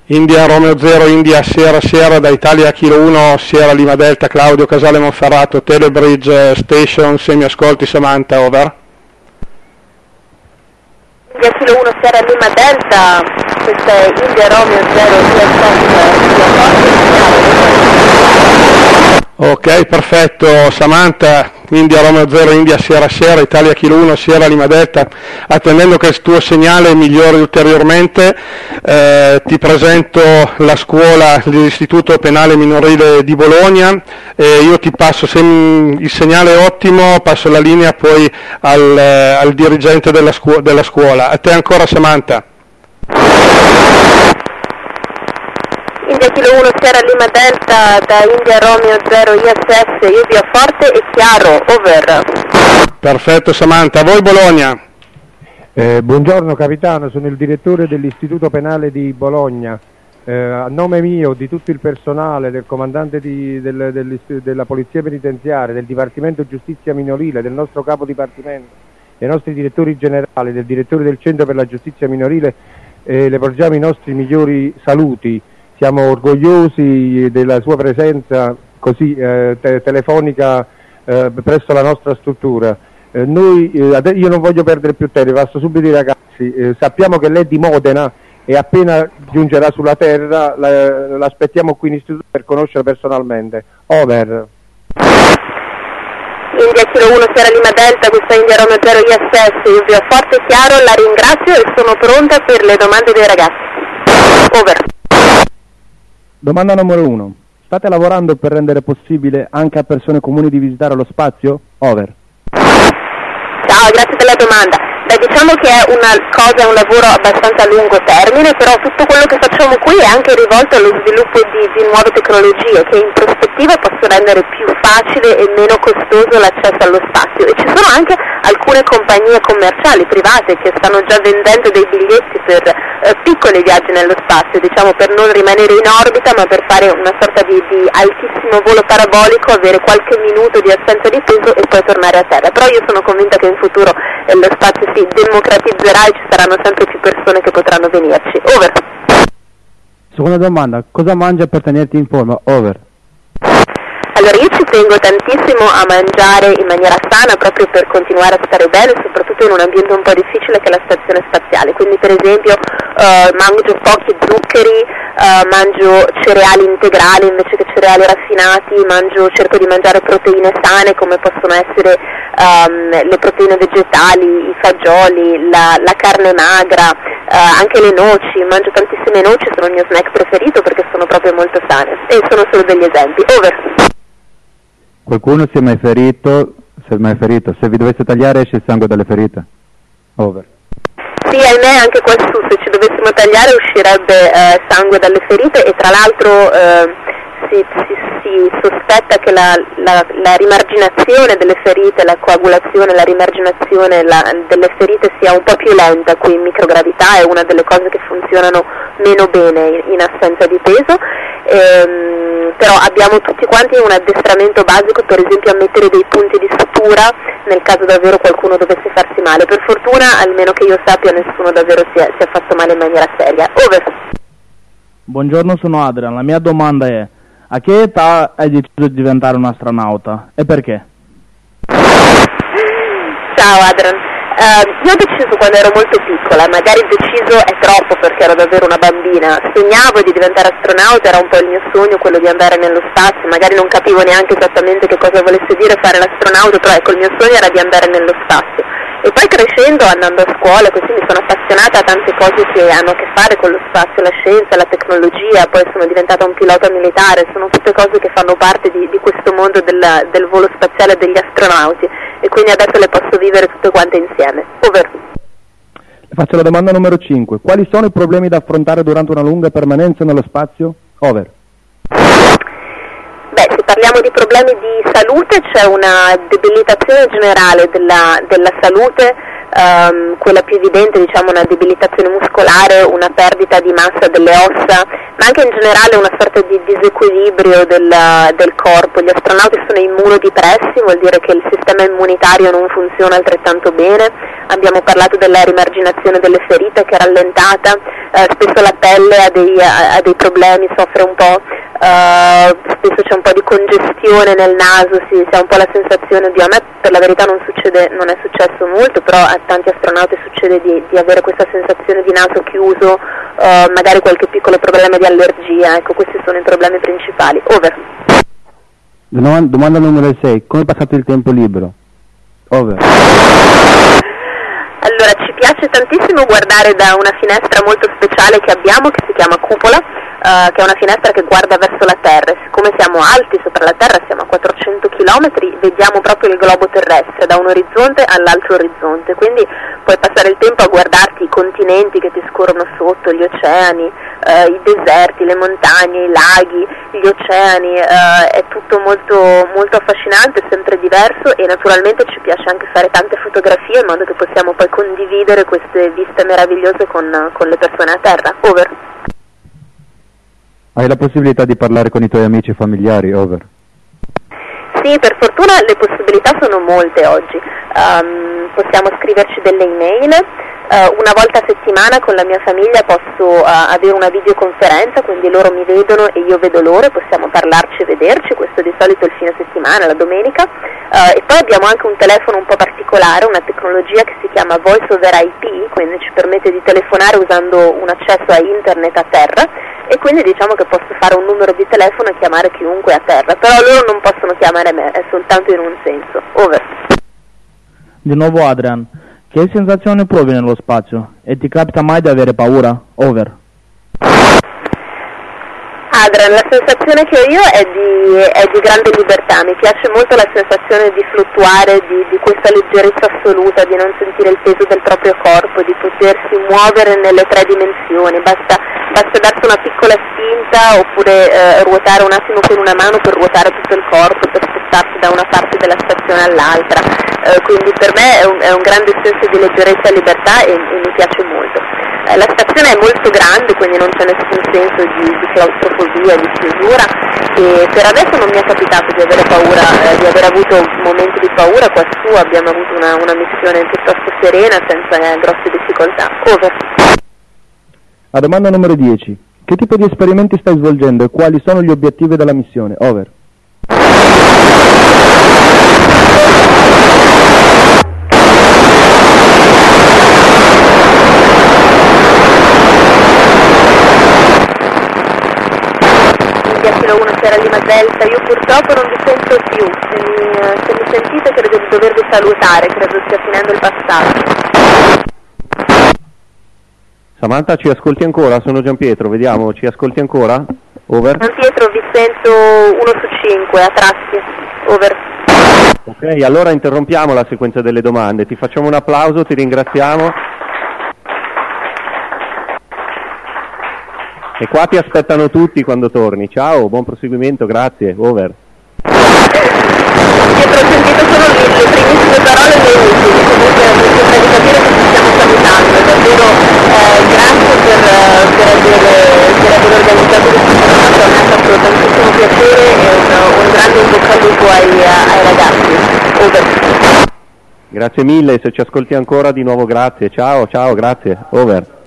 India Romeo 0, India Sierra Sierra, da Italia Kilo 1, Sierra Lima Delta, Claudio Casale Monferrato, Telebridge Station, semi ascolti Samantha, over. India Kilo 1, Sierra Lima Delta, questa è India Romeo 0, Ok, perfetto Samantha, India Romeo 0, India Sierra Sierra, Italia Kilo 1, Sierra Lima Delta. Attendendo che il tuo segnale migliori ulteriormente, ti presento la scuola dell'Istituto Penale Minorile di Bologna, io ti passo, se il segnale è ottimo, passo la linea poi al dirigente della scuola. A te ancora Samantha. India Kilo 1 Sierra Lima Delta, da India Romeo 0 ISS, io via forte e chiaro, over. Perfetto Samantha, a voi Bologna. Buongiorno capitano, sono il direttore dell'Istituto Penale di Bologna. A nome mio, di tutto il personale, del comandante della Polizia Penitenziaria, del Dipartimento Giustizia Minorile, del nostro capo dipartimento, dei nostri direttori generali, del direttore del Centro per la Giustizia Minorile, le porgiamo i nostri migliori saluti. Siamo orgogliosi della sua presenza così telefonica presso la nostra struttura. Io non voglio perdere più tempo, passo subito ai ragazzi. Sappiamo che lei è di Modena e appena giungerà sulla terra l'aspettiamo qui in istituto per conoscerla personalmente. Over. India Kilo 1 Sierra Lima Delta, questa è India Romeo 0 ISS, io vi ho forte e chiaro, la ringrazio e sono pronta per le domande dei ragazzi. Over. Domanda numero 1. State lavorando per rendere possibile anche a persone comuni di visitare lo spazio? Over. Ciao, grazie per la domanda. Diciamo che è un lavoro abbastanza a lungo termine, però tutto quello che facciamo qui è anche rivolto allo sviluppo di nuove tecnologie che in prospettiva possono rendere più facile e meno costoso l'accesso allo spazio, e ci sono anche alcune compagnie commerciali private che stanno già vendendo dei biglietti per piccoli viaggi nello spazio, diciamo per non rimanere in orbita ma per fare una sorta di altissimo volo parabolico, avere qualche minuto di assenza di peso e poi tornare a terra. Però io sono convinta che in futuro lo spazio si democratizzerà e ci saranno sempre più persone che potranno venirci. Over. Seconda domanda, cosa mangia per tenerti in forma? Over. Allora io ci tengo tantissimo a mangiare in maniera sana proprio per continuare a stare bene, soprattutto in un ambiente un po' difficile che è la stazione spaziale, quindi per esempio mangio pochi zuccheri, mangio cereali integrali invece che cereali raffinati, cerco di mangiare proteine sane come possono essere le proteine vegetali, i fagioli, la carne magra, anche le noci, mangio tantissime noci, sono il mio snack preferito perché sono proprio molto sane, e sono solo degli esempi. Over. Qualcuno si è mai ferito? Se vi dovesse tagliare esce il sangue dalle ferite? Over. Sì, ahimè anche qua su, se ci dovessimo tagliare uscirebbe sangue dalle ferite, e tra l'altro si sospetta che la rimarginazione delle ferite, la coagulazione, la rimarginazione delle ferite sia un po' più lenta qui in microgravità, è una delle cose che funzionano meno bene in assenza di peso. Però abbiamo tutti quanti un addestramento basico, per esempio a mettere dei punti di sutura nel caso davvero qualcuno dovesse farsi male. Per fortuna, almeno che io sappia, nessuno davvero si è fatto male in maniera seria. Over. Buongiorno, sono Adrian. La mia domanda è: a che età hai deciso di diventare un astronauta e perché? Ciao Adrian. Io ho deciso quando ero molto piccola, magari deciso è troppo perché ero davvero una bambina, sognavo di diventare astronauta, era un po' il mio sogno quello di andare nello spazio, magari non capivo neanche esattamente che cosa volesse dire fare l'astronauta, però ecco, il mio sogno era di andare nello spazio. E poi crescendo, andando a scuola, così mi sono appassionata a tante cose che hanno a che fare con lo spazio, la scienza, la tecnologia, poi sono diventata un pilota militare, sono tutte cose che fanno parte di questo mondo del volo spaziale degli astronauti, e quindi adesso le posso vivere tutte quante insieme. Over. Faccio la domanda numero 5. Quali sono i problemi da affrontare durante una lunga permanenza nello spazio? Over. Beh, se parliamo di problemi di salute c'è una debilitazione generale della salute quella più evidente, diciamo, una debilitazione muscolare, una perdita di massa delle ossa, ma anche in generale una sorta di disequilibrio del corpo. Gli astronauti sono immunodipressi, vuol dire che il sistema immunitario non funziona altrettanto bene. Abbiamo parlato della rimarginazione delle ferite che è rallentata, spesso la pelle ha dei problemi, soffre un po', spesso c'è un po' di congestione nel naso, si ha un po' la sensazione a me per la verità non è successo molto, però a tanti astronauti succede di avere questa sensazione di naso chiuso, magari qualche piccolo problema di allergia. Ecco, questi sono i problemi principali. Over. Domanda numero 6. Come passate il tempo libero? Over. Allora, ci piace tantissimo guardare da una finestra molto speciale che abbiamo, che si chiama cupola, che è una finestra che guarda verso la Terra. Siccome siamo alti sopra la Terra, siamo a 400 km, vediamo proprio il globo terrestre da un orizzonte all'altro orizzonte, quindi puoi passare il tempo a guardarti i continenti che ti scorrono sotto, gli oceani, i deserti, le montagne, i laghi, gli oceani, è tutto molto, molto affascinante, sempre diverso, e naturalmente ci piace anche fare tante fotografie in modo che possiamo poi condividere queste viste meravigliose con le persone a terra. Over. Hai la possibilità di parlare con i tuoi amici e familiari? Over. Sì, per fortuna le possibilità sono molte oggi. Possiamo scriverci delle email. Una volta a settimana con la mia famiglia posso avere una videoconferenza, quindi loro mi vedono e io vedo loro, possiamo parlarci e vederci, questo di solito il fine settimana, la domenica. E poi abbiamo anche un telefono un po' particolare, una tecnologia che si chiama Voice over IP, quindi ci permette di telefonare usando un accesso a internet a terra, e quindi diciamo che posso fare un numero di telefono e chiamare chiunque a terra, però loro non possono chiamare me, è soltanto in un senso. Over. Di nuovo Adrian, che sensazione provi nello spazio? E ti capita mai di avere paura? Over. Adrian, la sensazione che ho io è di grande libertà, mi piace molto la sensazione di fluttuare, di questa leggerezza assoluta, di non sentire il peso del proprio corpo, di potersi muovere nelle 3 dimensioni, basta darsi una piccola spinta oppure ruotare un attimo con una mano per ruotare tutto il corpo, per spostarsi da una parte della stazione all'altra, quindi per me è un grande senso di leggerezza e libertà e mi piace molto. La stazione è molto grande, quindi non c'è nessun senso di claustrofobia, di chiusura, e per adesso non mi è capitato di avere paura, di aver avuto momenti di paura. Quassù abbiamo avuto una missione piuttosto serena, senza grosse difficoltà. Over. La domanda numero 10. Che tipo di esperimenti stai svolgendo e quali sono gli obiettivi della missione? Over. Kilo 1 Sierra Lima Delta, io purtroppo non vi sento più, se mi sentite credo di dovervi salutare, credo stia finendo il passaggio. Samantha, ci ascolti ancora? Sono Gianpietro, vediamo, ci ascolti ancora? Over. Gianpietro, vi sento 1 su 5, a tratti. Over. Ok, allora interrompiamo la sequenza delle domande, ti facciamo un applauso, ti ringraziamo. E qua ti aspettano tutti quando torni. Ciao, buon proseguimento, grazie. Over. Pietro, ho sentito solo le primissime parole dei ultimi, comunque mi sembra di capire che ci stiamo salutando. Davvero grazie per aver organizzato questo formato, a me ha fatto tantissimo piacere e un grande in bocca al lupo ai ragazzi. Over. Grazie mille, se ci ascolti ancora di nuovo grazie. Ciao, ciao, grazie. Over.